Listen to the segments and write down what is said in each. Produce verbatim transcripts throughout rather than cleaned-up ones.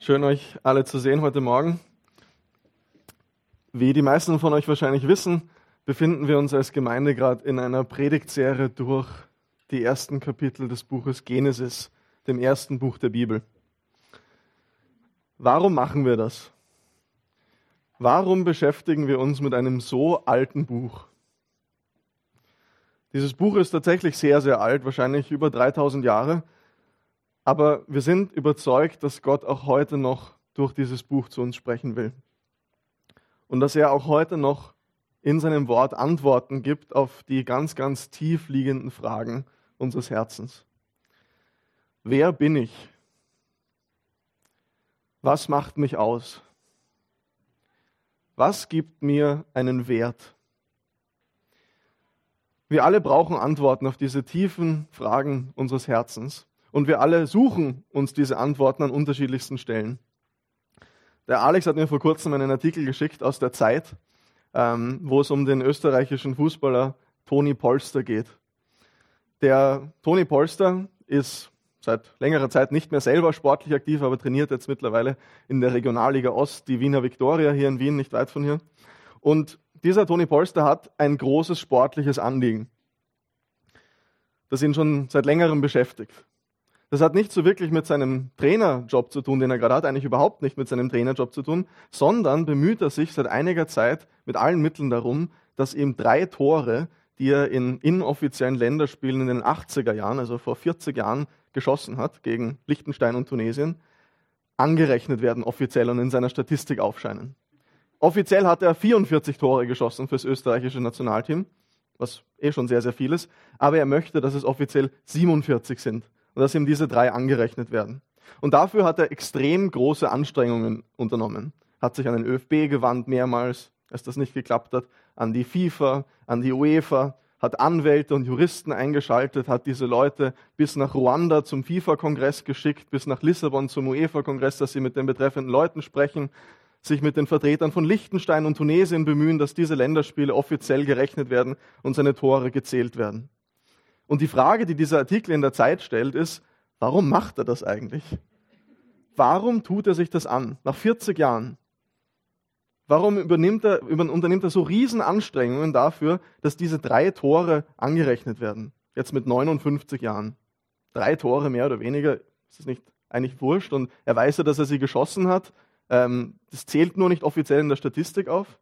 Schön, euch alle zu sehen heute Morgen. Wie die meisten von euch wahrscheinlich wissen, befinden wir uns als Gemeinde gerade in einer Predigtserie durch die ersten Kapitel des Buches Genesis, dem ersten Buch der Bibel. Warum machen wir das? Warum beschäftigen wir uns mit einem so alten Buch? Dieses Buch ist tatsächlich sehr, sehr alt, wahrscheinlich über dreitausend Jahre. Aber wir sind überzeugt, dass Gott auch heute noch durch dieses Buch zu uns sprechen will. Und dass er auch heute noch in seinem Wort Antworten gibt auf die ganz, ganz tief liegenden Fragen unseres Herzens. Wer bin ich? Was macht mich aus? Was gibt mir einen Wert? Wir alle brauchen Antworten auf diese tiefen Fragen unseres Herzens. Und wir alle suchen uns diese Antworten an unterschiedlichsten Stellen. Der Alex hat mir vor kurzem einen Artikel geschickt aus der Zeit, ähm, wo es um den österreichischen Fußballer Toni Polster geht. Der Toni Polster ist seit längerer Zeit nicht mehr selber sportlich aktiv, aber trainiert jetzt mittlerweile in der Regionalliga Ost, die Wiener Viktoria hier in Wien, nicht weit von hier. Und dieser Toni Polster hat ein großes sportliches Anliegen, das ihn schon seit längerem beschäftigt. Das hat nicht so wirklich mit seinem Trainerjob zu tun, den er gerade hat, eigentlich überhaupt nicht mit seinem Trainerjob zu tun, sondern bemüht er sich seit einiger Zeit mit allen Mitteln darum, dass ihm drei Tore, die er in inoffiziellen Länderspielen in den achtziger Jahren, also vor vierzig Jahren, geschossen hat, gegen Liechtenstein und Tunesien, angerechnet werden offiziell und in seiner Statistik aufscheinen. Offiziell hat er vierundvierzig Tore geschossen fürs österreichische Nationalteam, was eh schon sehr, sehr viel ist, aber er möchte, dass es offiziell siebenundvierzig sind. Und dass ihm diese drei angerechnet werden. Und dafür hat er extrem große Anstrengungen unternommen. Hat sich an den ÖFB gewandt mehrmals, als das nicht geklappt hat, an die FIFA, an die UEFA, hat Anwälte und Juristen eingeschaltet, hat diese Leute bis nach Ruanda zum FIFA-Kongress geschickt, bis nach Lissabon zum UEFA-Kongress, dass sie mit den betreffenden Leuten sprechen, sich mit den Vertretern von Liechtenstein und Tunesien bemühen, dass diese Länderspiele offiziell gerechnet werden und seine Tore gezählt werden. Und die Frage, die dieser Artikel in der Zeit stellt, ist, warum macht er das eigentlich? Warum tut er sich das an, nach vierzig Jahren? Warum übernimmt er, über, unternimmt er so riesen Anstrengungen dafür, dass diese drei Tore angerechnet werden? Jetzt mit neunundfünfzig Jahren. Drei Tore mehr oder weniger, ist das nicht eigentlich wurscht? Und er weiß ja, dass er sie geschossen hat. Ähm, das zählt nur nicht offiziell in der Statistik auf.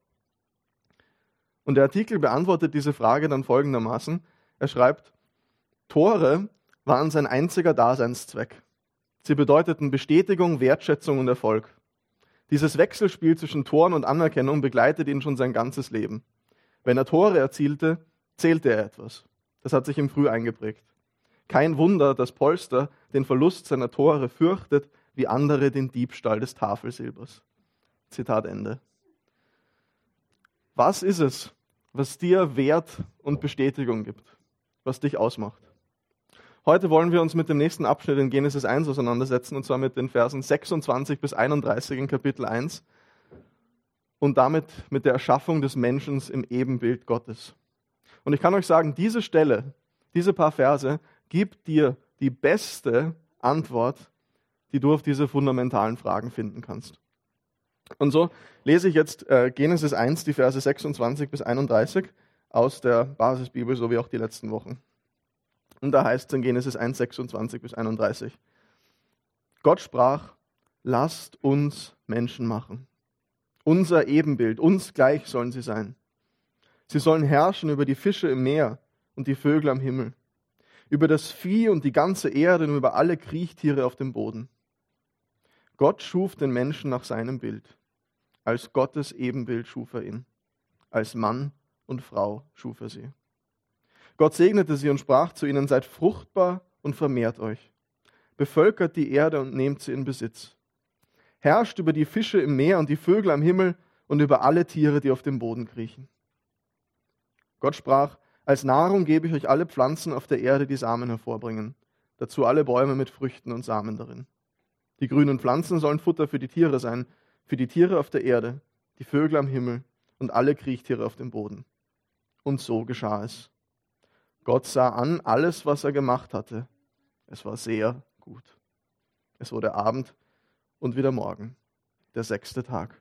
Und der Artikel beantwortet diese Frage dann folgendermaßen. Er schreibt, Tore waren sein einziger Daseinszweck. Sie bedeuteten Bestätigung, Wertschätzung und Erfolg. Dieses Wechselspiel zwischen Toren und Anerkennung begleitet ihn schon sein ganzes Leben. Wenn er Tore erzielte, zählte er etwas. Das hat sich ihm früh eingeprägt. Kein Wunder, dass Polster den Verlust seiner Tore fürchtet, wie andere den Diebstahl des Tafelsilbers. Zitat Ende. Was ist es, was dir Wert und Bestätigung gibt, was dich ausmacht? Heute wollen wir uns mit dem nächsten Abschnitt in Genesis eins auseinandersetzen, und zwar mit den Versen sechsundzwanzig bis einunddreißig in Kapitel eins und damit mit der Erschaffung des Menschen im Ebenbild Gottes. Und ich kann euch sagen, diese Stelle, diese paar Verse, gibt dir die beste Antwort, die du auf diese fundamentalen Fragen finden kannst. Und so lese ich jetzt äh, Genesis eins, die Verse sechsundzwanzig bis einunddreißig aus der Basisbibel, so wie auch die letzten Wochen. Und da heißt es in Genesis eins, sechsundzwanzig bis einunddreißig. Gott sprach, lasst uns Menschen machen. Unser Ebenbild, uns gleich sollen sie sein. Sie sollen herrschen über die Fische im Meer und die Vögel am Himmel, über das Vieh und die ganze Erde und über alle Kriechtiere auf dem Boden. Gott schuf den Menschen nach seinem Bild. Als Gottes Ebenbild schuf er ihn. Als Mann und Frau schuf er sie. Gott segnete sie und sprach zu ihnen, seid fruchtbar und vermehrt euch. Bevölkert die Erde und nehmt sie in Besitz. Herrscht über die Fische im Meer und die Vögel am Himmel und über alle Tiere, die auf dem Boden kriechen. Gott sprach, als Nahrung gebe ich euch alle Pflanzen auf der Erde, die Samen hervorbringen. Dazu alle Bäume mit Früchten und Samen darin. Die grünen Pflanzen sollen Futter für die Tiere sein, für die Tiere auf der Erde, die Vögel am Himmel und alle Kriechtiere auf dem Boden. Und so geschah es. Gott sah an alles, was er gemacht hatte. Es war sehr gut. Es wurde Abend und wieder morgen, der sechste Tag.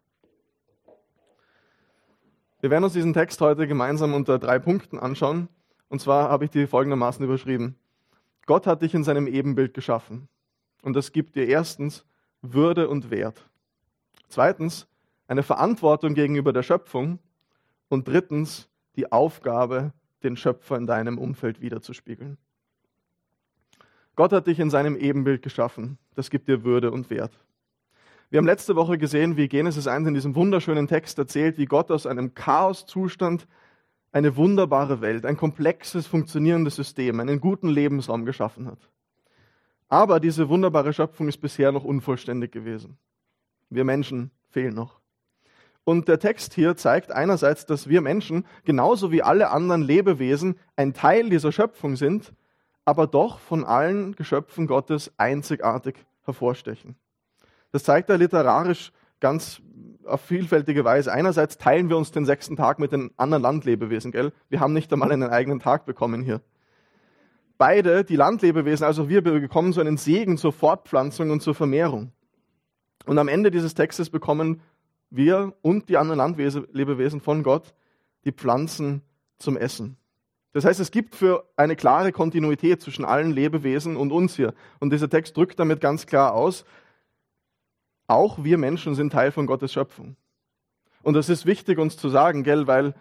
Wir werden uns diesen Text heute gemeinsam unter drei Punkten anschauen. Und zwar habe ich die folgendermaßen überschrieben. Gott hat dich in seinem Ebenbild geschaffen. Und das gibt dir erstens Würde und Wert. Zweitens eine Verantwortung gegenüber der Schöpfung. Und drittens die Aufgabe, den Schöpfer in deinem Umfeld widerzuspiegeln. Gott hat dich in seinem Ebenbild geschaffen. Das gibt dir Würde und Wert. Wir haben letzte Woche gesehen, wie Genesis eins in diesem wunderschönen Text erzählt, wie Gott aus einem Chaoszustand eine wunderbare Welt, ein komplexes, funktionierendes System, einen guten Lebensraum geschaffen hat. Aber diese wunderbare Schöpfung ist bisher noch unvollständig gewesen. Wir Menschen fehlen noch. Und der Text hier zeigt einerseits, dass wir Menschen, genauso wie alle anderen Lebewesen, ein Teil dieser Schöpfung sind, aber doch von allen Geschöpfen Gottes einzigartig hervorstechen. Das zeigt er literarisch ganz auf vielfältige Weise. Einerseits teilen wir uns den sechsten Tag mit den anderen Landlebewesen, gell? Wir haben nicht einmal einen eigenen Tag bekommen hier. Beide, die Landlebewesen, also wir, bekommen so einen Segen zur Fortpflanzung und zur Vermehrung. Und am Ende dieses Textes bekommen wir und die anderen Landlebewesen von Gott die Pflanzen zum Essen. Das heißt, es gibt für eine klare Kontinuität zwischen allen Lebewesen und uns hier. Und dieser Text drückt damit ganz klar aus, auch wir Menschen sind Teil von Gottes Schöpfung. Und das ist wichtig, uns zu sagen, gell, weil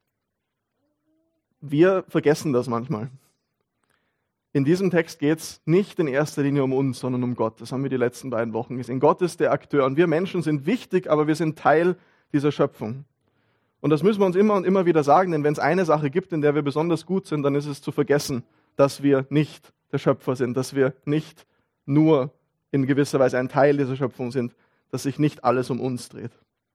wir vergessen das manchmal. In diesem Text geht es nicht in erster Linie um uns, sondern um Gott. Das haben wir die letzten beiden Wochen gesehen. Gott ist der Akteur und wir Menschen sind wichtig, aber wir sind Teil dieser Schöpfung. Und das müssen wir uns immer und immer wieder sagen, denn wenn es eine Sache gibt, in der wir besonders gut sind, dann ist es zu vergessen, dass wir nicht der Schöpfer sind, dass wir nicht nur in gewisser Weise ein Teil dieser Schöpfung sind, dass sich nicht alles um uns dreht.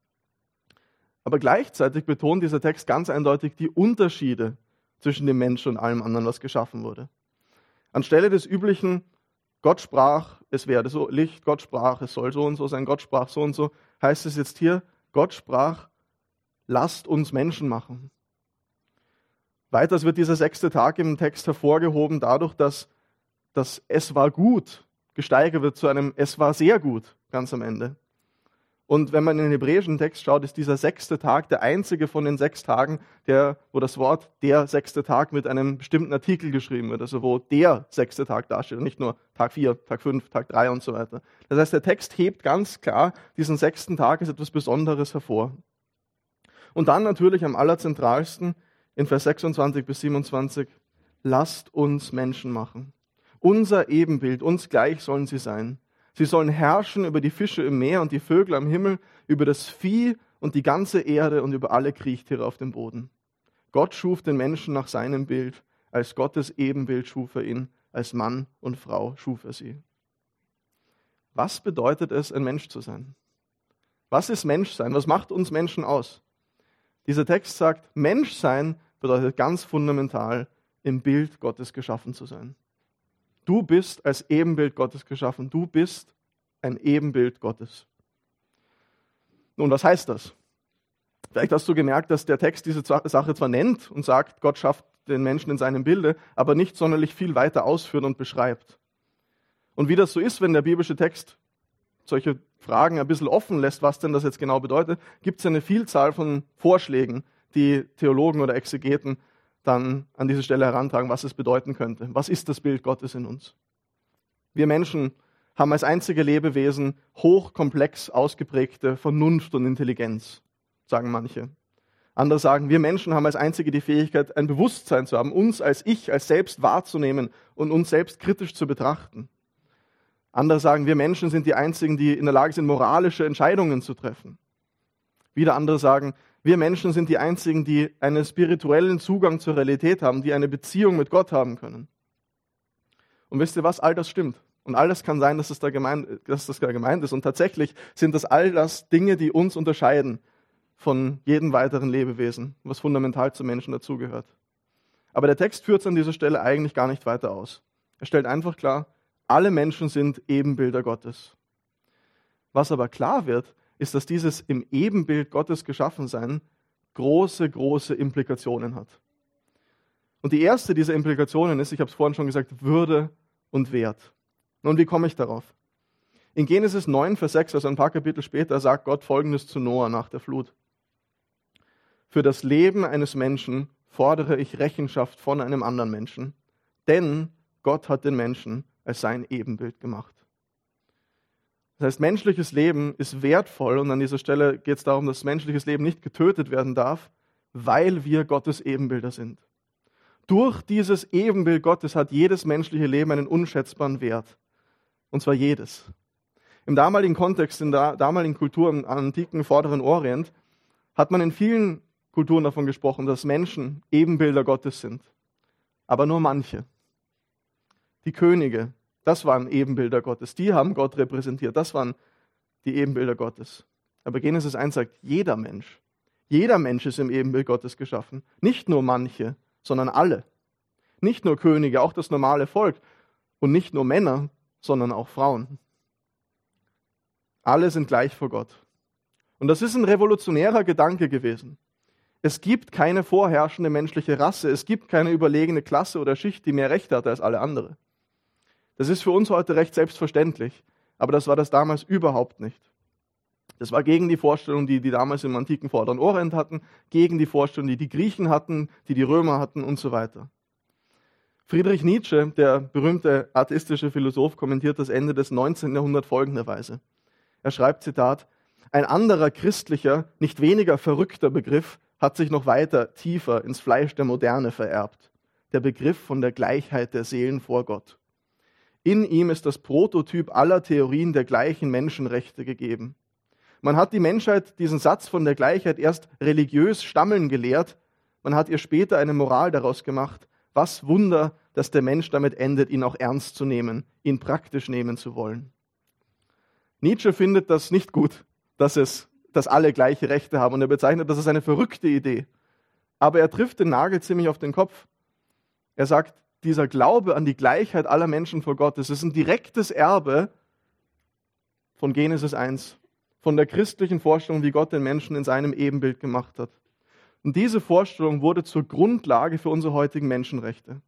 Aber gleichzeitig betont dieser Text ganz eindeutig die Unterschiede zwischen dem Menschen und allem anderen, was geschaffen wurde. Anstelle des üblichen, Gott sprach, es werde so Licht, Gott sprach, es soll so und so sein, Gott sprach so und so, heißt es jetzt hier, Gott sprach, lasst uns Menschen machen. Weiters wird dieser sechste Tag im Text hervorgehoben dadurch, dass das Es war gut gesteigert wird zu einem Es war sehr gut ganz am Ende. Und wenn man in den hebräischen Text schaut, ist dieser sechste Tag der einzige von den sechs Tagen, der, wo das Wort der sechste Tag mit einem bestimmten Artikel geschrieben wird, also wo der sechste Tag dasteht und nicht nur Tag vier, Tag fünf, Tag drei und so weiter. Das heißt, der Text hebt ganz klar diesen sechsten Tag als etwas Besonderes hervor. Und dann natürlich am allerzentralsten in Vers sechsundzwanzig bis siebenundzwanzig, lasst uns Menschen machen. Unser Ebenbild, uns gleich sollen sie sein. Sie sollen herrschen über die Fische im Meer und die Vögel am Himmel, über das Vieh und die ganze Erde und über alle Kriechtiere auf dem Boden. Gott schuf den Menschen nach seinem Bild. Als Gottes Ebenbild schuf er ihn. Als Mann und Frau schuf er sie. Was bedeutet es, ein Mensch zu sein? Was ist Menschsein? Was macht uns Menschen aus? Dieser Text sagt, Menschsein bedeutet ganz fundamental, im Bild Gottes geschaffen zu sein. Du bist als Ebenbild Gottes geschaffen. Du bist ein Ebenbild Gottes. Nun, was heißt das? Vielleicht hast du gemerkt, dass der Text diese Sache zwar nennt und sagt, Gott schafft den Menschen in seinem Bilde, aber nicht sonderlich viel weiter ausführt und beschreibt. Und wie das so ist, wenn der biblische Text solche Fragen ein bisschen offen lässt, was denn das jetzt genau bedeutet, gibt es eine Vielzahl von Vorschlägen, die Theologen oder Exegeten dann an diese Stelle herantragen, was es bedeuten könnte. Was ist das Bild Gottes in uns? Wir Menschen haben als einzige Lebewesen hochkomplex ausgeprägte Vernunft und Intelligenz, sagen manche. Andere sagen, wir Menschen haben als einzige die Fähigkeit, ein Bewusstsein zu haben, uns als Ich, als Selbst wahrzunehmen und uns selbst kritisch zu betrachten. Andere sagen, wir Menschen sind die einzigen, die in der Lage sind, moralische Entscheidungen zu treffen. Wieder andere sagen, wir Menschen sind die einzigen, die einen spirituellen Zugang zur Realität haben, die eine Beziehung mit Gott haben können. Und wisst ihr was? All das stimmt. Und all das kann sein, dass es da gemeint, dass das da gemeint ist. Und tatsächlich sind das all das Dinge, die uns unterscheiden von jedem weiteren Lebewesen, was fundamental zum Menschen dazugehört. Aber der Text führt es an dieser Stelle eigentlich gar nicht weiter aus. Er stellt einfach klar, alle Menschen sind Ebenbilder Gottes. Was aber klar wird, ist, dass dieses im Ebenbild Gottes geschaffen sein große, große Implikationen hat. Und die erste dieser Implikationen ist, ich habe es vorhin schon gesagt, Würde und Wert. Nun, wie komme ich darauf? In Genesis neun, Vers sechs, also ein paar Kapitel später, sagt Gott Folgendes zu Noah nach der Flut. Für das Leben eines Menschen fordere ich Rechenschaft von einem anderen Menschen, denn Gott hat den Menschen als sein Ebenbild gemacht. Das heißt, menschliches Leben ist wertvoll und an dieser Stelle geht es darum, dass menschliches Leben nicht getötet werden darf, weil wir Gottes Ebenbilder sind. Durch dieses Ebenbild Gottes hat jedes menschliche Leben einen unschätzbaren Wert. Und zwar jedes. Im damaligen Kontext, in der damaligen Kultur im antiken Vorderen Orient, hat man in vielen Kulturen davon gesprochen, dass Menschen Ebenbilder Gottes sind. Aber nur manche. Die Könige, das waren Ebenbilder Gottes. Die haben Gott repräsentiert. Das waren die Ebenbilder Gottes. Aber Genesis eins sagt, jeder Mensch, jeder Mensch ist im Ebenbild Gottes geschaffen. Nicht nur manche, sondern alle. Nicht nur Könige, auch das normale Volk. Und nicht nur Männer, sondern auch Frauen. Alle sind gleich vor Gott. Und das ist ein revolutionärer Gedanke gewesen. Es gibt keine vorherrschende menschliche Rasse. Es gibt keine überlegene Klasse oder Schicht, die mehr Rechte hat als alle andere. Das ist für uns heute recht selbstverständlich. Aber das war das damals überhaupt nicht. Das war gegen die Vorstellung, die die damals im antiken Vorderen Orient hatten, gegen die Vorstellung, die die Griechen hatten, die die Römer hatten und so weiter. Friedrich Nietzsche, der berühmte atheistische Philosoph, kommentiert das Ende des neunzehnten Jahrhunderts folgenderweise. Er schreibt, Zitat, ein anderer christlicher, nicht weniger verrückter Begriff hat sich noch weiter tiefer ins Fleisch der Moderne vererbt. Der Begriff von der Gleichheit der Seelen vor Gott. In ihm ist das Prototyp aller Theorien der gleichen Menschenrechte gegeben. Man hat die Menschheit diesen Satz von der Gleichheit erst religiös stammeln gelehrt, man hat ihr später eine Moral daraus gemacht. Was Wunder, dass der Mensch damit endet, ihn auch ernst zu nehmen, ihn praktisch nehmen zu wollen. Nietzsche findet das nicht gut, dass, es, dass alle gleiche Rechte haben und er bezeichnet das als eine verrückte Idee. Aber er trifft den Nagel ziemlich auf den Kopf. Er sagt, dieser Glaube an die Gleichheit aller Menschen vor Gott, das ist ein direktes Erbe von Genesis eins. Von der christlichen Vorstellung, wie Gott den Menschen in seinem Ebenbild gemacht hat. Und diese Vorstellung wurde zur Grundlage für unsere heutigen Menschenrechte.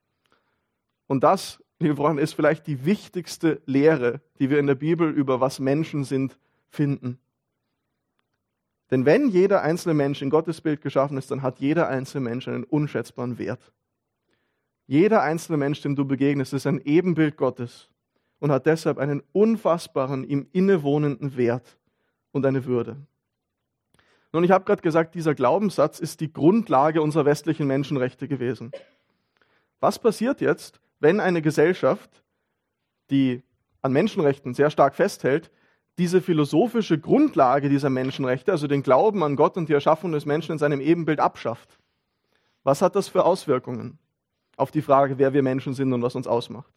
Und das, liebe Freunde, ist vielleicht die wichtigste Lehre, die wir in der Bibel über was Menschen sind, finden. Denn wenn jeder einzelne Mensch in Gottes Bild geschaffen ist, dann hat jeder einzelne Mensch einen unschätzbaren Wert. Jeder einzelne Mensch, dem du begegnest, ist ein Ebenbild Gottes und hat deshalb einen unfassbaren, ihm innewohnenden Wert und eine Würde. Nun, ich habe gerade gesagt, dieser Glaubenssatz ist die Grundlage unserer westlichen Menschenrechte gewesen. Was passiert jetzt, wenn eine Gesellschaft, die an Menschenrechten sehr stark festhält, diese philosophische Grundlage dieser Menschenrechte, also den Glauben an Gott und die Erschaffung des Menschen in seinem Ebenbild abschafft? Was hat das für Auswirkungen auf die Frage, wer wir Menschen sind und was uns ausmacht?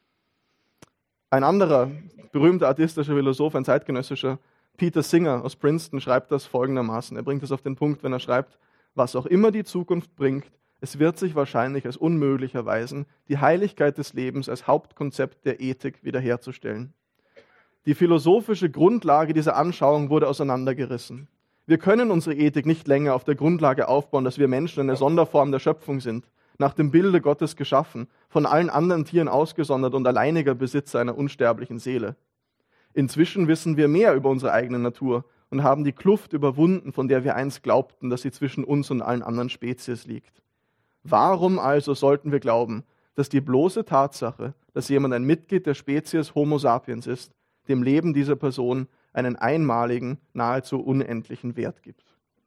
Ein anderer berühmter atheistischer Philosoph, ein zeitgenössischer, Peter Singer aus Princeton, schreibt das folgendermaßen. Er bringt es auf den Punkt, wenn er schreibt, was auch immer die Zukunft bringt, es wird sich wahrscheinlich als unmöglich erweisen, die Heiligkeit des Lebens als Hauptkonzept der Ethik wiederherzustellen. Die philosophische Grundlage dieser Anschauung wurde auseinandergerissen. Wir können unsere Ethik nicht länger auf der Grundlage aufbauen, dass wir Menschen eine Sonderform der Schöpfung sind, nach dem Bilde Gottes geschaffen, von allen anderen Tieren ausgesondert und alleiniger Besitzer einer unsterblichen Seele. Inzwischen wissen wir mehr über unsere eigene Natur und haben die Kluft überwunden, von der wir einst glaubten, dass sie zwischen uns und allen anderen Spezies liegt. Warum also sollten wir glauben, dass die bloße Tatsache, dass jemand ein Mitglied der Spezies Homo sapiens ist, dem Leben dieser Person einen einmaligen, nahezu unendlichen Wert gibt?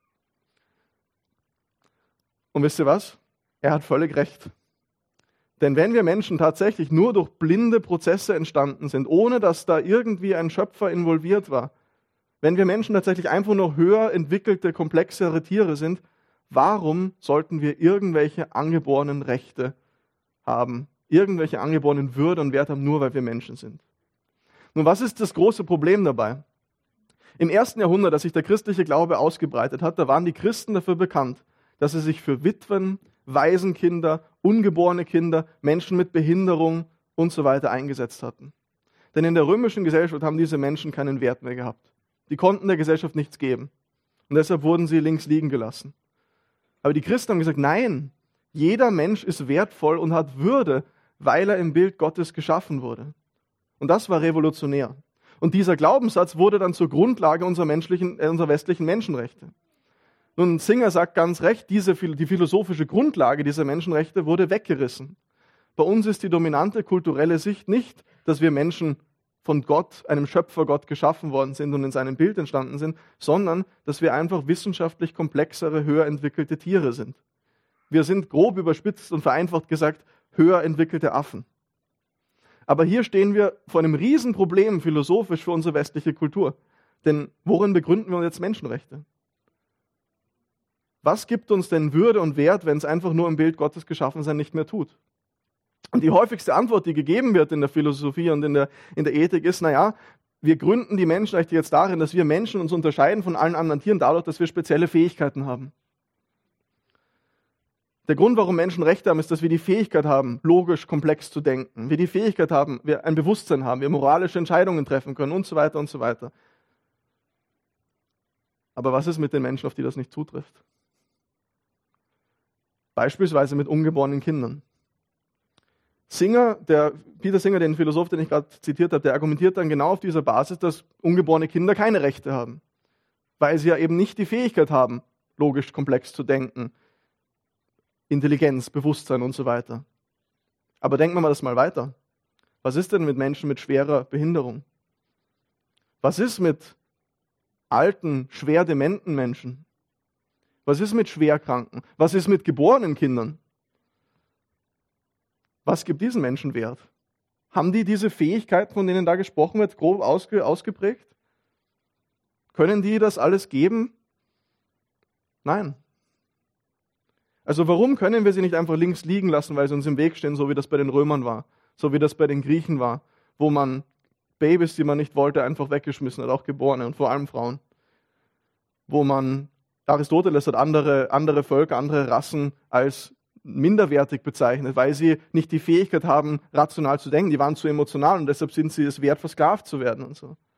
Und wisst ihr was? Er hat völlig recht. Denn wenn wir Menschen tatsächlich nur durch blinde Prozesse entstanden sind, ohne dass da irgendwie ein Schöpfer involviert war, wenn wir Menschen tatsächlich einfach nur höher entwickelte, komplexere Tiere sind, warum sollten wir irgendwelche angeborenen Rechte haben, irgendwelche angeborenen Würde und Wert haben, nur weil wir Menschen sind? Nun, was ist das große Problem dabei? Im ersten Jahrhundert, als sich der christliche Glaube ausgebreitet hat, da waren die Christen dafür bekannt, dass sie sich für Witwen, Waisenkinder, ungeborene Kinder, Menschen mit Behinderung und so weiter eingesetzt hatten. Denn in der römischen Gesellschaft haben diese Menschen keinen Wert mehr gehabt. Die konnten der Gesellschaft nichts geben. Und deshalb wurden sie links liegen gelassen. Aber die Christen haben gesagt, nein, jeder Mensch ist wertvoll und hat Würde, weil er im Bild Gottes geschaffen wurde. Und das war revolutionär. Und dieser Glaubenssatz wurde dann zur Grundlage unserer, menschlichen, äh, unserer westlichen Menschenrechte. Nun, Singer sagt ganz recht, diese, die philosophische Grundlage dieser Menschenrechte wurde weggerissen. Bei uns ist die dominante kulturelle Sicht nicht, dass wir Menschen von Gott, einem Schöpfergott, geschaffen worden sind und in seinem Bild entstanden sind, sondern dass wir einfach wissenschaftlich komplexere, höher entwickelte Tiere sind. Wir sind grob überspitzt und vereinfacht gesagt höher entwickelte Affen. Aber hier stehen wir vor einem Riesenproblem philosophisch für unsere westliche Kultur. Denn worin begründen wir jetzt Menschenrechte? Was gibt uns denn Würde und Wert, wenn es einfach nur im Bild Gottes geschaffen sein nicht mehr tut? Und die häufigste Antwort, die gegeben wird in der Philosophie und in der, in der Ethik ist, naja, wir gründen die Menschenrechte jetzt darin, dass wir Menschen uns unterscheiden von allen anderen Tieren dadurch, dass wir spezielle Fähigkeiten haben. Der Grund, warum Menschen Rechte haben, ist, dass wir die Fähigkeit haben, logisch komplex zu denken. Wir die Fähigkeit haben, wir ein Bewusstsein haben, wir moralische Entscheidungen treffen können und so weiter und so weiter. Aber was ist mit den Menschen, auf die das nicht zutrifft? Beispielsweise mit ungeborenen Kindern. Singer, der Peter Singer, den Philosoph, den ich gerade zitiert habe, der argumentiert dann genau auf dieser Basis, dass ungeborene Kinder keine Rechte haben, weil sie ja eben nicht die Fähigkeit haben, logisch komplex zu denken, Intelligenz, Bewusstsein und so weiter. Aber denken wir mal das mal weiter. Was ist denn mit Menschen mit schwerer Behinderung? Was ist mit alten, schwer dementen Menschen? Was ist mit Schwerkranken? Was ist mit geborenen Kindern? Was gibt diesen Menschen Wert? Haben die diese Fähigkeiten, von denen da gesprochen wird, grob ausge, ausgeprägt? Können die das alles geben? Nein. Also warum können wir sie nicht einfach links liegen lassen, weil sie uns im Weg stehen, so wie das bei den Römern war, so wie das bei den Griechen war, wo man Babys, die man nicht wollte, einfach weggeschmissen hat, auch Geborene und vor allem Frauen. Wo man, Aristoteles hat andere, andere Völker, andere Rassen als minderwertig bezeichnet, weil sie nicht die Fähigkeit haben, rational zu denken. Die waren zu emotional und deshalb sind sie es wert, versklavt zu werden und so.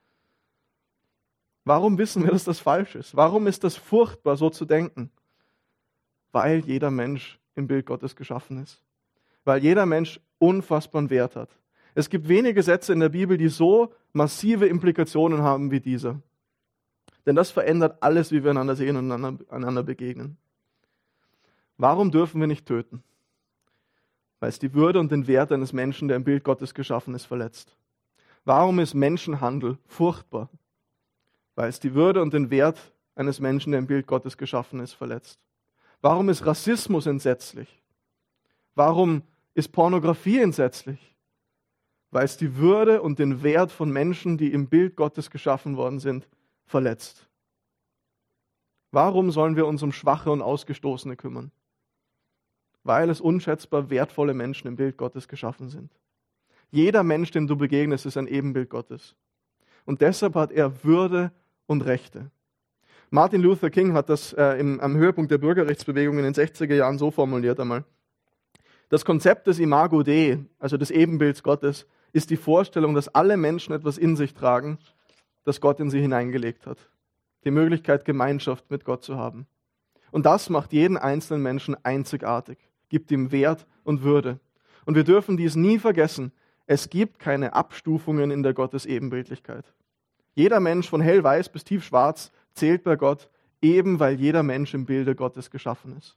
Warum wissen wir, dass das falsch ist? Warum ist das furchtbar, so zu denken? Weil jeder Mensch im Bild Gottes geschaffen ist. Weil jeder Mensch unfassbaren Wert hat. Es gibt wenige Sätze in der Bibel, die so massive Implikationen haben wie dieser. Denn das verändert alles, wie wir einander sehen und einander begegnen. Warum dürfen wir nicht töten? Weil es die Würde und den Wert eines Menschen, der im Bild Gottes geschaffen ist, verletzt. Warum ist Menschenhandel furchtbar? Weil es die Würde und den Wert eines Menschen, der im Bild Gottes geschaffen ist, verletzt. Warum ist Rassismus entsetzlich? Warum ist Pornografie entsetzlich? Weil es die Würde und den Wert von Menschen, die im Bild Gottes geschaffen worden sind, verletzt. Warum sollen wir uns um Schwache und Ausgestoßene kümmern? Weil es unschätzbar wertvolle Menschen im Bild Gottes geschaffen sind. Jeder Mensch, dem du begegnest, ist ein Ebenbild Gottes. Und deshalb hat er Würde und Rechte. Martin Luther King hat das äh, im, am Höhepunkt der Bürgerrechtsbewegung in den sechziger Jahren so formuliert einmal. Das Konzept des Imago Dei, also des Ebenbilds Gottes, ist die Vorstellung, dass alle Menschen etwas in sich tragen, das Gott in sie hineingelegt hat. Die Möglichkeit, Gemeinschaft mit Gott zu haben. Und das macht jeden einzelnen Menschen einzigartig, gibt ihm Wert und Würde. Und wir dürfen dies nie vergessen. Es gibt keine Abstufungen in der Gottes-Ebenbildlichkeit. Jeder Mensch von hellweiß bis tiefschwarz zählt bei Gott, eben weil jeder Mensch im Bilde Gottes geschaffen ist.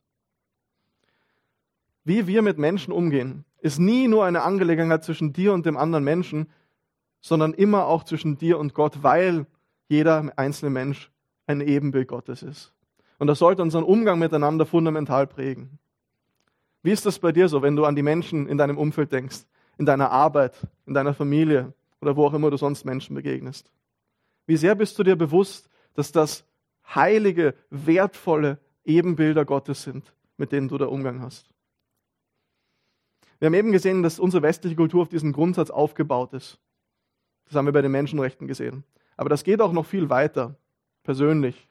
Wie wir mit Menschen umgehen, ist nie nur eine Angelegenheit zwischen dir und dem anderen Menschen, sondern immer auch zwischen dir und Gott, weil jeder einzelne Mensch ein Ebenbild Gottes ist. Und das sollte unseren Umgang miteinander fundamental prägen. Wie ist das bei dir so, wenn du an die Menschen in deinem Umfeld denkst, in deiner Arbeit, in deiner Familie oder wo auch immer du sonst Menschen begegnest? Wie sehr bist du dir bewusst, dass das heilige, wertvolle Ebenbilder Gottes sind, mit denen du da Umgang hast? Wir haben eben gesehen, dass unsere westliche Kultur auf diesen Grundsatz aufgebaut ist. Das haben wir bei den Menschenrechten gesehen. Aber das geht auch noch viel weiter, persönlich.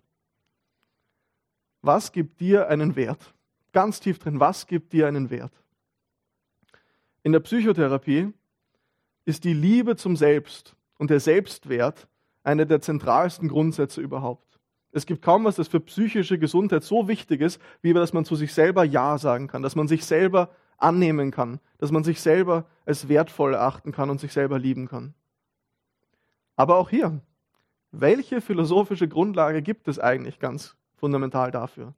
Was gibt dir einen Wert? Ganz tief drin, was gibt dir einen Wert? In der Psychotherapie ist die Liebe zum Selbst und der Selbstwert einer der zentralsten Grundsätze überhaupt. Es gibt kaum was, das für psychische Gesundheit so wichtig ist, wie dass man zu sich selber Ja sagen kann, dass man sich selber annehmen kann, dass man sich selber als wertvoll erachten kann und sich selber lieben kann. Aber auch hier, welche philosophische Grundlage gibt es eigentlich ganz fundamental dafür?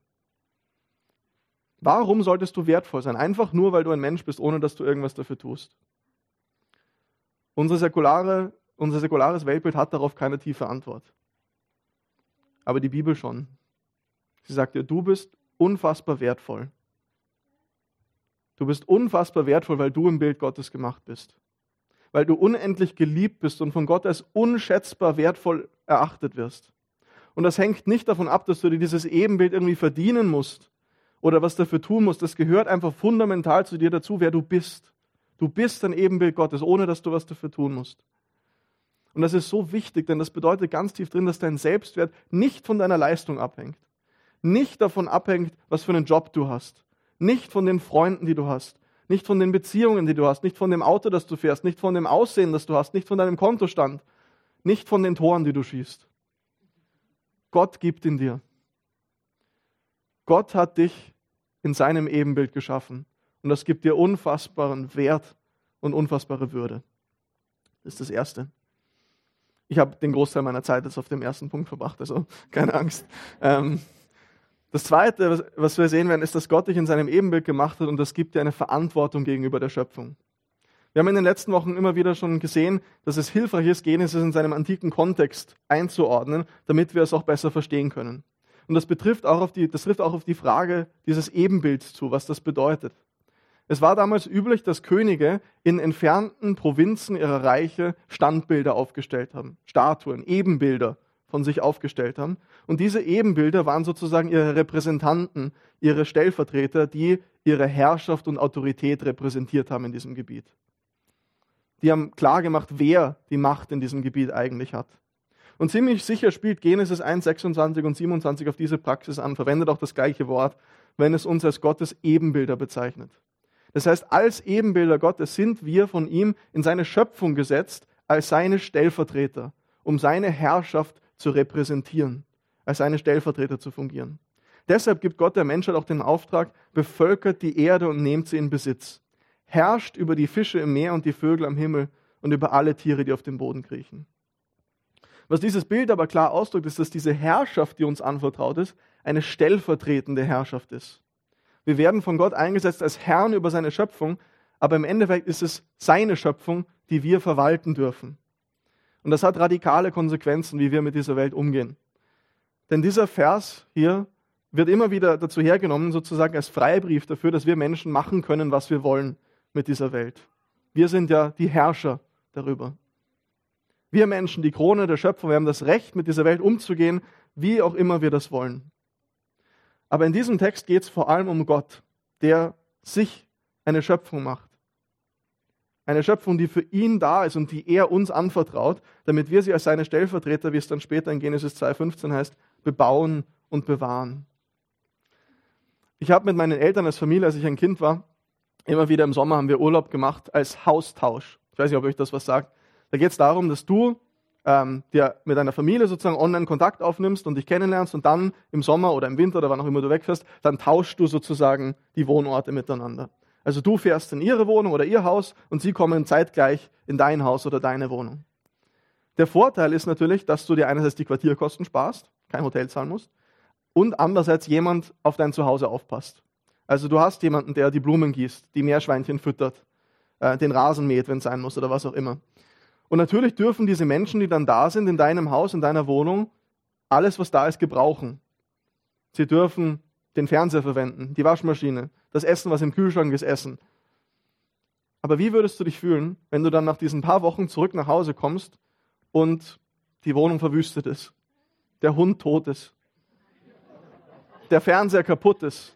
Warum solltest du wertvoll sein? Einfach nur, weil du ein Mensch bist, ohne dass du irgendwas dafür tust. Unsere säkulare, unser säkulares Weltbild hat darauf keine tiefe Antwort. Aber die Bibel schon. Sie sagt dir, du bist unfassbar wertvoll. Du bist unfassbar wertvoll, weil du im Bild Gottes gemacht bist. Weil du unendlich geliebt bist und von Gott als unschätzbar wertvoll erachtet wirst. Und das hängt nicht davon ab, dass du dir dieses Ebenbild irgendwie verdienen musst oder was dafür tun musst. Das gehört einfach fundamental zu dir dazu, wer du bist. Du bist ein Ebenbild Gottes, ohne dass du was dafür tun musst. Und das ist so wichtig, denn das bedeutet ganz tief drin, dass dein Selbstwert nicht von deiner Leistung abhängt. Nicht davon abhängt, was für einen Job du hast. Nicht von den Freunden, die du hast. Nicht von den Beziehungen, die du hast. Nicht von dem Auto, das du fährst. Nicht von dem Aussehen, das du hast. Nicht von deinem Kontostand. Nicht von den Toren, die du schießt. Gott gibt ihn dir. Gott hat dich in seinem Ebenbild geschaffen. Und das gibt dir unfassbaren Wert und unfassbare Würde. Das ist das Erste. Ich habe den Großteil meiner Zeit jetzt auf dem ersten Punkt verbracht, also keine Angst. Ähm, das Zweite, was wir sehen werden, ist, dass Gott dich in seinem Ebenbild gemacht hat und das gibt dir eine Verantwortung gegenüber der Schöpfung. Wir haben in den letzten Wochen immer wieder schon gesehen, dass es hilfreich ist, Genesis in seinem antiken Kontext einzuordnen, damit wir es auch besser verstehen können. Und das betrifft auch auf die, das trifft auch auf die Frage dieses Ebenbilds zu, was das bedeutet. Es war damals üblich, dass Könige in entfernten Provinzen ihrer Reiche Standbilder aufgestellt haben, Statuen, Ebenbilder von sich aufgestellt haben. Und diese Ebenbilder waren sozusagen ihre Repräsentanten, ihre Stellvertreter, die ihre Herrschaft und Autorität repräsentiert haben in diesem Gebiet. Die haben klargemacht, wer die Macht in diesem Gebiet eigentlich hat. Und ziemlich sicher spielt Genesis eins, sechsundzwanzig und siebenundzwanzig auf diese Praxis an, verwendet auch das gleiche Wort, wenn es uns als Gottes Ebenbilder bezeichnet. Das heißt, als Ebenbilder Gottes sind wir von ihm in seine Schöpfung gesetzt, als seine Stellvertreter, um seine Herrschaft zu repräsentieren, als seine Stellvertreter zu fungieren. Deshalb gibt Gott der Menschheit auch den Auftrag, bevölkert die Erde und nehmt sie in Besitz. Herrscht über die Fische im Meer und die Vögel am Himmel und über alle Tiere, die auf dem Boden kriechen. Was dieses Bild aber klar ausdrückt, ist, dass diese Herrschaft, die uns anvertraut ist, eine stellvertretende Herrschaft ist. Wir werden von Gott eingesetzt als Herrn über seine Schöpfung, aber im Endeffekt ist es seine Schöpfung, die wir verwalten dürfen. Und das hat radikale Konsequenzen, wie wir mit dieser Welt umgehen. Denn dieser Vers hier wird immer wieder dazu hergenommen, sozusagen als Freibrief dafür, dass wir Menschen machen können, was wir wollen mit dieser Welt. Wir sind ja die Herrscher darüber. Wir Menschen, die Krone der Schöpfung, wir haben das Recht, mit dieser Welt umzugehen, wie auch immer wir das wollen. Aber in diesem Text geht es vor allem um Gott, der sich eine Schöpfung macht. Eine Schöpfung, die für ihn da ist und die er uns anvertraut, damit wir sie als seine Stellvertreter, wie es dann später in Genesis zwei fünfzehn heißt, bebauen und bewahren. Ich habe mit meinen Eltern als Familie, als ich ein Kind war, immer wieder im Sommer haben wir Urlaub gemacht als Haustausch. Ich weiß nicht, ob euch das was sagt. Da geht es darum, dass du ähm, dir mit deiner Familie sozusagen online Kontakt aufnimmst und dich kennenlernst und dann im Sommer oder im Winter oder wann auch immer du wegfährst, dann tauschst du sozusagen die Wohnorte miteinander. Also du fährst in ihre Wohnung oder ihr Haus und sie kommen zeitgleich in dein Haus oder deine Wohnung. Der Vorteil ist natürlich, dass du dir einerseits die Quartierkosten sparst, kein Hotel zahlen musst, und andererseits jemand auf dein Zuhause aufpasst. Also du hast jemanden, der die Blumen gießt, die Meerschweinchen füttert, äh, den Rasen mäht, wenn es sein muss oder was auch immer. Und natürlich dürfen diese Menschen, die dann da sind, in deinem Haus, in deiner Wohnung, alles, was da ist, gebrauchen. Sie dürfen den Fernseher verwenden, die Waschmaschine, das Essen, was im Kühlschrank ist, essen. Aber wie würdest du dich fühlen, wenn du dann nach diesen paar Wochen zurück nach Hause kommst und die Wohnung verwüstet ist, der Hund tot ist, der Fernseher kaputt ist?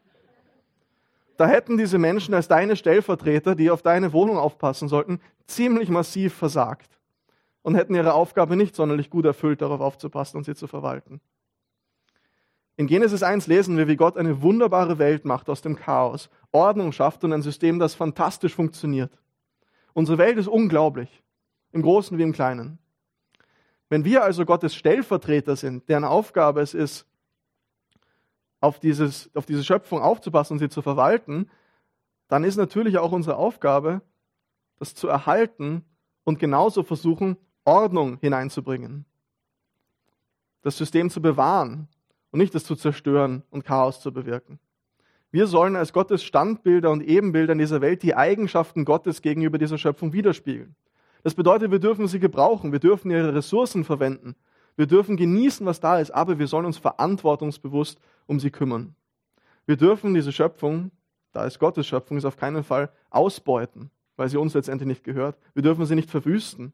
Da hätten diese Menschen als deine Stellvertreter, die auf deine Wohnung aufpassen sollten, ziemlich massiv versagt und hätten ihre Aufgabe nicht sonderlich gut erfüllt, darauf aufzupassen und sie zu verwalten. In Genesis eins lesen wir, wie Gott eine wunderbare Welt macht aus dem Chaos, Ordnung schafft und ein System, das fantastisch funktioniert. Unsere Welt ist unglaublich, im Großen wie im Kleinen. Wenn wir also Gottes Stellvertreter sind, deren Aufgabe es ist, auf, dieses, auf diese Schöpfung aufzupassen und sie zu verwalten, dann ist natürlich auch unsere Aufgabe, das zu erhalten und genauso versuchen, Ordnung hineinzubringen, das System zu bewahren und nicht es zu zerstören und Chaos zu bewirken. Wir sollen als Gottes Standbilder und Ebenbilder in dieser Welt die Eigenschaften Gottes gegenüber dieser Schöpfung widerspiegeln. Das bedeutet, wir dürfen sie gebrauchen, wir dürfen ihre Ressourcen verwenden, wir dürfen genießen, was da ist, aber wir sollen uns verantwortungsbewusst um sie kümmern. Wir dürfen diese Schöpfung, da es Gottes Schöpfung ist, auf keinen Fall ausbeuten, weil sie uns letztendlich nicht gehört. Wir dürfen sie nicht verwüsten.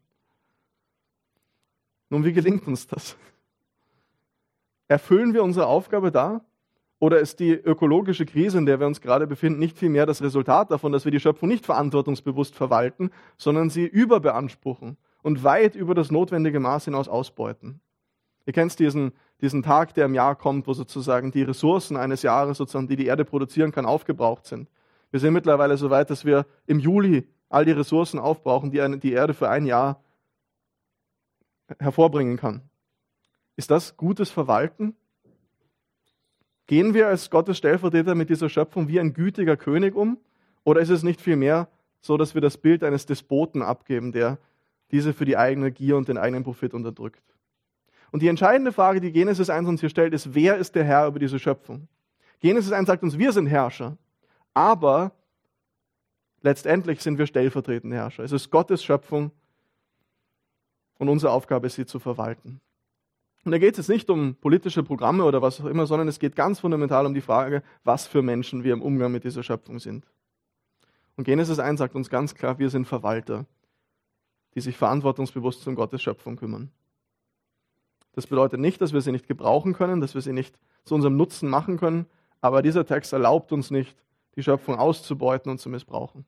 Nun, wie gelingt uns das? Erfüllen wir unsere Aufgabe da? Oder ist die ökologische Krise, in der wir uns gerade befinden, nicht vielmehr das Resultat davon, dass wir die Schöpfung nicht verantwortungsbewusst verwalten, sondern sie überbeanspruchen und weit über das notwendige Maß hinaus ausbeuten? Ihr kennt diesen, diesen Tag, der im Jahr kommt, wo sozusagen die Ressourcen eines Jahres, sozusagen, die die Erde produzieren kann, aufgebraucht sind. Wir sind mittlerweile so weit, dass wir im Juli all die Ressourcen aufbrauchen, die eine, die Erde für ein Jahr hervorbringen kann. Ist das gutes Verwalten? Gehen wir als Gottes Stellvertreter mit dieser Schöpfung wie ein gütiger König um? Oder ist es nicht vielmehr so, dass wir das Bild eines Despoten abgeben, der diese für die eigene Gier und den eigenen Profit unterdrückt? Und die entscheidende Frage, die Genesis eins uns hier stellt, ist, wer ist der Herr über diese Schöpfung? Genesis eins sagt uns, wir sind Herrscher, aber letztendlich sind wir stellvertretende Herrscher. Es ist Gottes Schöpfung und unsere Aufgabe ist, sie zu verwalten. Und da geht es jetzt nicht um politische Programme oder was auch immer, sondern es geht ganz fundamental um die Frage, was für Menschen wir im Umgang mit dieser Schöpfung sind. Und Genesis eins sagt uns ganz klar, wir sind Verwalter, die sich verantwortungsbewusst um Gottes Schöpfung kümmern. Das bedeutet nicht, dass wir sie nicht gebrauchen können, dass wir sie nicht zu unserem Nutzen machen können, aber dieser Text erlaubt uns nicht, die Schöpfung auszubeuten und zu missbrauchen.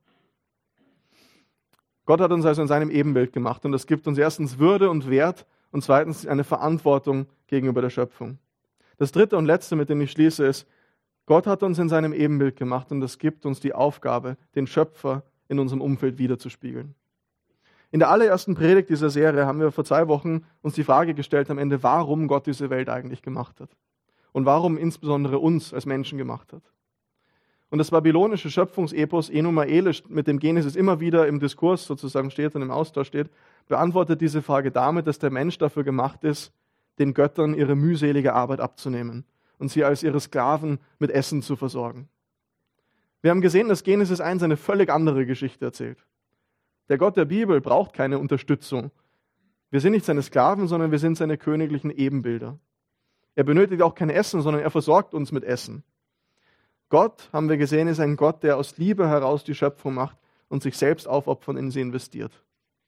Gott hat uns also in seinem Ebenbild gemacht und das gibt uns erstens Würde und Wert und zweitens eine Verantwortung gegenüber der Schöpfung. Das dritte und letzte, mit dem ich schließe, ist, Gott hat uns in seinem Ebenbild gemacht und das gibt uns die Aufgabe, den Schöpfer in unserem Umfeld wiederzuspiegeln. In der allerersten Predigt dieser Serie haben wir vor zwei Wochen uns die Frage gestellt am Ende, warum Gott diese Welt eigentlich gemacht hat und warum insbesondere uns als Menschen gemacht hat. Und das babylonische Schöpfungsepos Enuma Elish, mit dem Genesis immer wieder im Diskurs sozusagen steht und im Austausch steht, beantwortet diese Frage damit, dass der Mensch dafür gemacht ist, den Göttern ihre mühselige Arbeit abzunehmen und sie als ihre Sklaven mit Essen zu versorgen. Wir haben gesehen, dass Genesis eins eine völlig andere Geschichte erzählt. Der Gott der Bibel braucht keine Unterstützung. Wir sind nicht seine Sklaven, sondern wir sind seine königlichen Ebenbilder. Er benötigt auch kein Essen, sondern er versorgt uns mit Essen. Gott, haben wir gesehen, ist ein Gott, der aus Liebe heraus die Schöpfung macht und sich selbst aufopfern in sie investiert.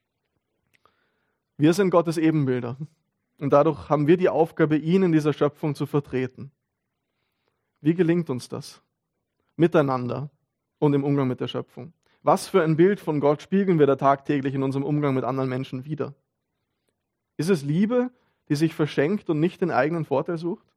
Wir sind Gottes Ebenbilder und dadurch haben wir die Aufgabe, ihn in dieser Schöpfung zu vertreten. Wie gelingt uns das? Miteinander und im Umgang mit der Schöpfung. Was für ein Bild von Gott spiegeln wir da tagtäglich in unserem Umgang mit anderen Menschen wider? Ist es Liebe, die sich verschenkt und nicht den eigenen Vorteil sucht?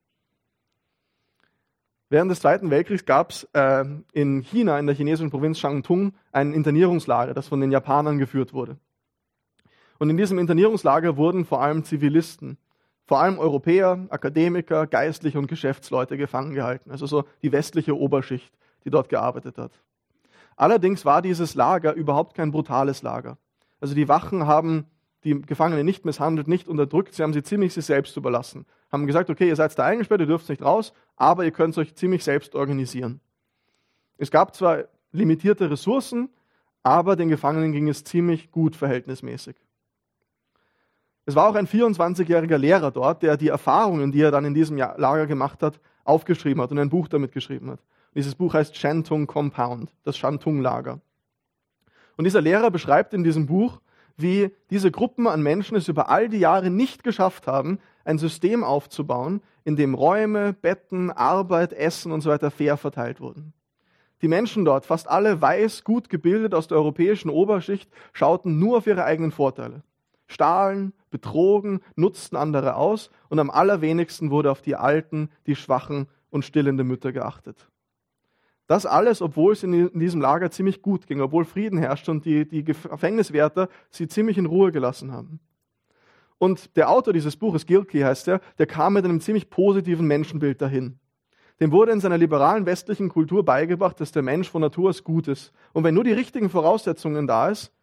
Während des Zweiten Weltkriegs gab es äh, in China, in der chinesischen Provinz Shantung, ein Internierungslager, das von den Japanern geführt wurde. Und in diesem Internierungslager wurden vor allem Zivilisten, vor allem Europäer, Akademiker, Geistliche und Geschäftsleute gefangen gehalten. Also so die westliche Oberschicht, die dort gearbeitet hat. Allerdings war dieses Lager überhaupt kein brutales Lager. Also die Wachen haben die Gefangenen nicht misshandelt, nicht unterdrückt, sie haben sie ziemlich sich selbst überlassen. Haben gesagt, okay, ihr seid da eingesperrt, ihr dürft nicht raus, aber ihr könnt euch ziemlich selbst organisieren. Es gab zwar limitierte Ressourcen, aber den Gefangenen ging es ziemlich gut verhältnismäßig. Es war auch ein vierundzwanzigjähriger Lehrer dort, der die Erfahrungen, die er dann in diesem Lager gemacht hat, aufgeschrieben hat und ein Buch damit geschrieben hat. Dieses Buch heißt Shantung Compound, das Shantung-Lager. Und dieser Lehrer beschreibt in diesem Buch, wie diese Gruppen an Menschen es über all die Jahre nicht geschafft haben, ein System aufzubauen, in dem Räume, Betten, Arbeit, Essen und so weiter fair verteilt wurden. Die Menschen dort, fast alle weiß, gut gebildet aus der europäischen Oberschicht, schauten nur auf ihre eigenen Vorteile. Stahlen, betrogen, nutzten andere aus und am allerwenigsten wurde auf die Alten, die Schwachen und stillende Mütter geachtet. Das alles, obwohl es in diesem Lager ziemlich gut ging, obwohl Frieden herrschte und die, die Gefängniswärter sie ziemlich in Ruhe gelassen haben. Und der Autor dieses Buches, Gilkey heißt er, der kam mit einem ziemlich positiven Menschenbild dahin. Dem wurde in seiner liberalen westlichen Kultur beigebracht, dass der Mensch von Natur aus gut ist. Und wenn nur die richtigen Voraussetzungen da ist,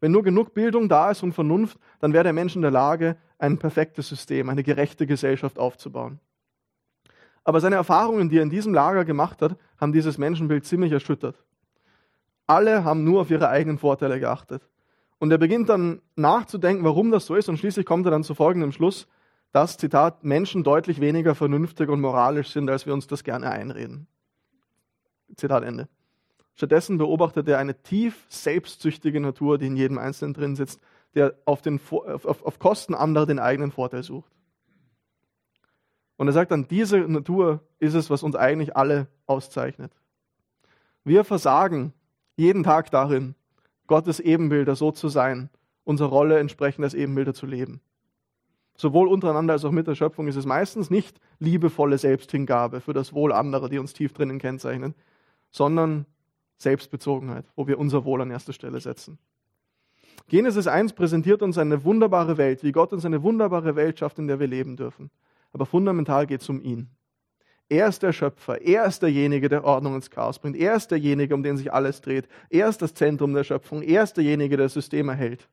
Wenn nur genug Bildung da ist und Vernunft, dann wäre der Mensch in der Lage, ein perfektes System, eine gerechte Gesellschaft aufzubauen. Aber seine Erfahrungen, die er in diesem Lager gemacht hat, haben dieses Menschenbild ziemlich erschüttert. Alle haben nur auf ihre eigenen Vorteile geachtet. Und er beginnt dann nachzudenken, warum das so ist, und schließlich kommt er dann zu folgendem Schluss, dass, Zitat, Menschen deutlich weniger vernünftig und moralisch sind, als wir uns das gerne einreden. Zitat Ende. Stattdessen beobachtet er eine tief selbstsüchtige Natur, die in jedem Einzelnen drin sitzt, der auf, den, auf, auf Kosten anderer den eigenen Vorteil sucht. Und er sagt dann, diese Natur ist es, was uns eigentlich alle auszeichnet. Wir versagen jeden Tag darin, Gottes Ebenbilder so zu sein, unsere Rolle entsprechend als Ebenbilder zu leben. Sowohl untereinander als auch mit der Schöpfung ist es meistens nicht liebevolle Selbsthingabe für das Wohl anderer, die uns tief drinnen kennzeichnen, sondern Selbstbezogenheit, wo wir unser Wohl an erste Stelle setzen. Genesis eins präsentiert uns eine wunderbare Welt, wie Gott uns eine wunderbare Welt schafft, in der wir leben dürfen. Aber fundamental geht es um ihn. Er ist der Schöpfer, er ist derjenige, der Ordnung ins Chaos bringt, er ist derjenige, um den sich alles dreht, er ist das Zentrum der Schöpfung, er ist derjenige, der das System erhält.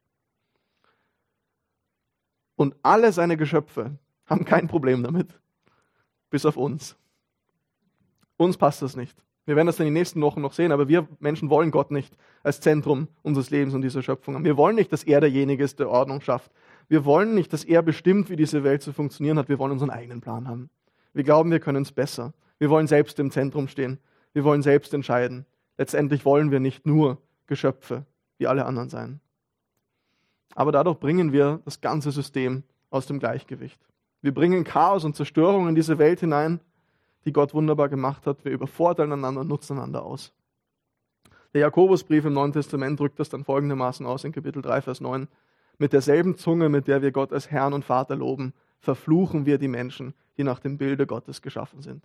Und alle seine Geschöpfe haben kein Problem damit, bis auf uns. Uns passt das nicht. Wir werden das in den nächsten Wochen noch sehen, aber wir Menschen wollen Gott nicht als Zentrum unseres Lebens und dieser Schöpfung haben. Wir wollen nicht, dass er derjenige ist, der Ordnung schafft. Wir wollen nicht, dass er bestimmt, wie diese Welt zu funktionieren hat. Wir wollen unseren eigenen Plan haben. Wir glauben, wir können es besser. Wir wollen selbst im Zentrum stehen. Wir wollen selbst entscheiden. Letztendlich wollen wir nicht nur Geschöpfe wie alle anderen sein. Aber dadurch bringen wir das ganze System aus dem Gleichgewicht. Wir bringen Chaos und Zerstörung in diese Welt hinein, die Gott wunderbar gemacht hat. Wir übervorteilen einander und nutzen einander aus. Der Jakobusbrief im Neuen Testament drückt das dann folgendermaßen aus in Kapitel drei, Vers neun. Mit derselben Zunge, mit der wir Gott als Herrn und Vater loben, verfluchen wir die Menschen, die nach dem Bilde Gottes geschaffen sind.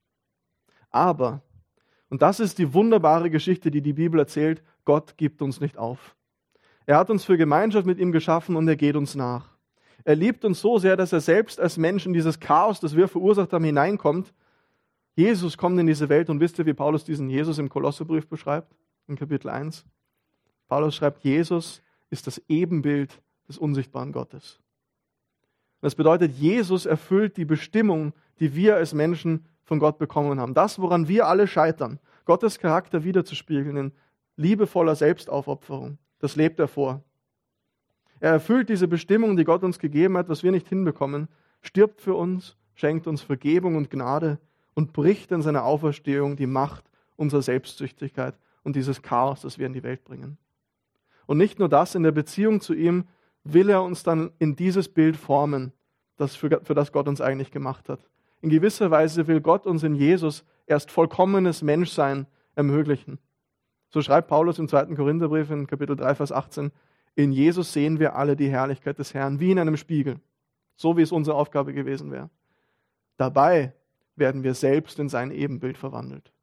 Aber, und das ist die wunderbare Geschichte, die die Bibel erzählt, Gott gibt uns nicht auf. Er hat uns für Gemeinschaft mit ihm geschaffen und er geht uns nach. Er liebt uns so sehr, dass er selbst als Mensch in dieses Chaos, das wir verursacht haben, hineinkommt. Jesus kommt in diese Welt und wisst ihr, wie Paulus diesen Jesus im Kolosserbrief beschreibt? In Kapitel eins. Paulus schreibt, Jesus ist das Ebenbild des unsichtbaren Gottes. Das bedeutet, Jesus erfüllt die Bestimmung, die wir als Menschen von Gott bekommen haben. Das, woran wir alle scheitern, Gottes Charakter wiederzuspiegeln in liebevoller Selbstaufopferung, das lebt er vor. Er erfüllt diese Bestimmung, die Gott uns gegeben hat, was wir nicht hinbekommen, stirbt für uns, schenkt uns Vergebung und Gnade und bricht in seiner Auferstehung die Macht unserer Selbstsüchtigkeit und dieses Chaos, das wir in die Welt bringen. Und nicht nur das, in der Beziehung zu ihm will er uns dann in dieses Bild formen, das für, für das Gott uns eigentlich gemacht hat. In gewisser Weise will Gott uns in Jesus erst vollkommenes Menschsein ermöglichen. So schreibt Paulus im zweiten Korintherbrief in Kapitel drei, Vers achtzehn, in Jesus sehen wir alle die Herrlichkeit des Herrn, wie in einem Spiegel, so wie es unsere Aufgabe gewesen wäre. Dabei werden wir selbst in sein Ebenbild verwandelt.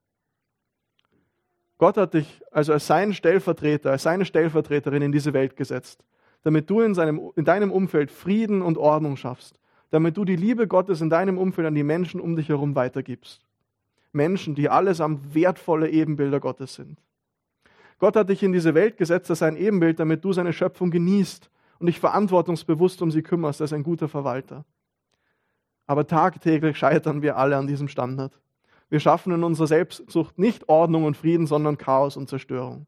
Gott hat dich also als seinen Stellvertreter, als seine Stellvertreterin in diese Welt gesetzt, damit du in, seinem, in deinem Umfeld Frieden und Ordnung schaffst, damit du die Liebe Gottes in deinem Umfeld an die Menschen um dich herum weitergibst. Menschen, die allesamt wertvolle Ebenbilder Gottes sind. Gott hat dich in diese Welt gesetzt als sein Ebenbild, damit du seine Schöpfung genießt und dich verantwortungsbewusst um sie kümmerst als ein guter Verwalter. Aber tagtäglich scheitern wir alle an diesem Standard. Wir schaffen in unserer Selbstsucht nicht Ordnung und Frieden, sondern Chaos und Zerstörung.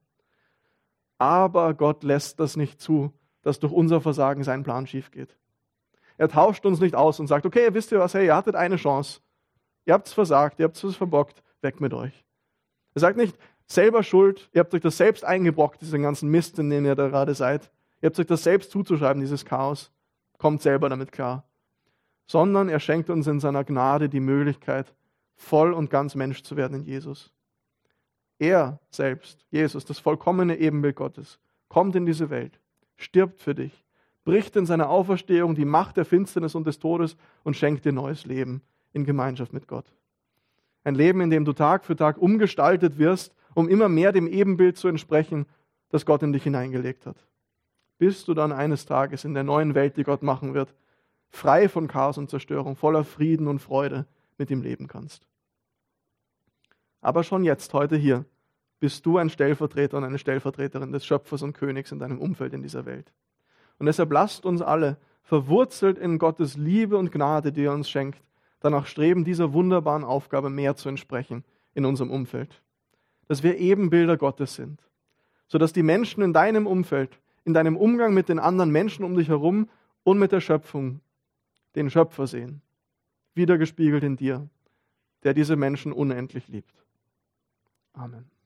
Aber Gott lässt das nicht zu, dass durch unser Versagen sein Plan schief geht. Er tauscht uns nicht aus und sagt, okay, wisst ihr was, hey, ihr hattet eine Chance. Ihr habt es versagt, ihr habt es verbockt, weg mit euch. Er sagt nicht, selber schuld, ihr habt euch das selbst eingebrockt, diesen ganzen Mist, in dem ihr da gerade seid. Ihr habt euch das selbst zuzuschreiben, dieses Chaos. Kommt selber damit klar. Sondern er schenkt uns in seiner Gnade die Möglichkeit, voll und ganz Mensch zu werden in Jesus. Er selbst, Jesus, das vollkommene Ebenbild Gottes, kommt in diese Welt, stirbt für dich, bricht in seiner Auferstehung die Macht der Finsternis und des Todes und schenkt dir neues Leben in Gemeinschaft mit Gott. Ein Leben, in dem du Tag für Tag umgestaltet wirst, um immer mehr dem Ebenbild zu entsprechen, das Gott in dich hineingelegt hat. Bis du dann eines Tages in der neuen Welt, die Gott machen wird, frei von Chaos und Zerstörung, voller Frieden und Freude mit ihm leben kannst. Aber schon jetzt, heute hier, bist du ein Stellvertreter und eine Stellvertreterin des Schöpfers und Königs in deinem Umfeld in dieser Welt. Und deshalb lasst uns alle, verwurzelt in Gottes Liebe und Gnade, die er uns schenkt, danach streben, dieser wunderbaren Aufgabe mehr zu entsprechen in unserem Umfeld. Dass wir Ebenbilder Gottes sind, sodass die Menschen in deinem Umfeld, in deinem Umgang mit den anderen Menschen um dich herum und mit der Schöpfung den Schöpfer sehen, wiedergespiegelt in dir, der diese Menschen unendlich liebt. Amen.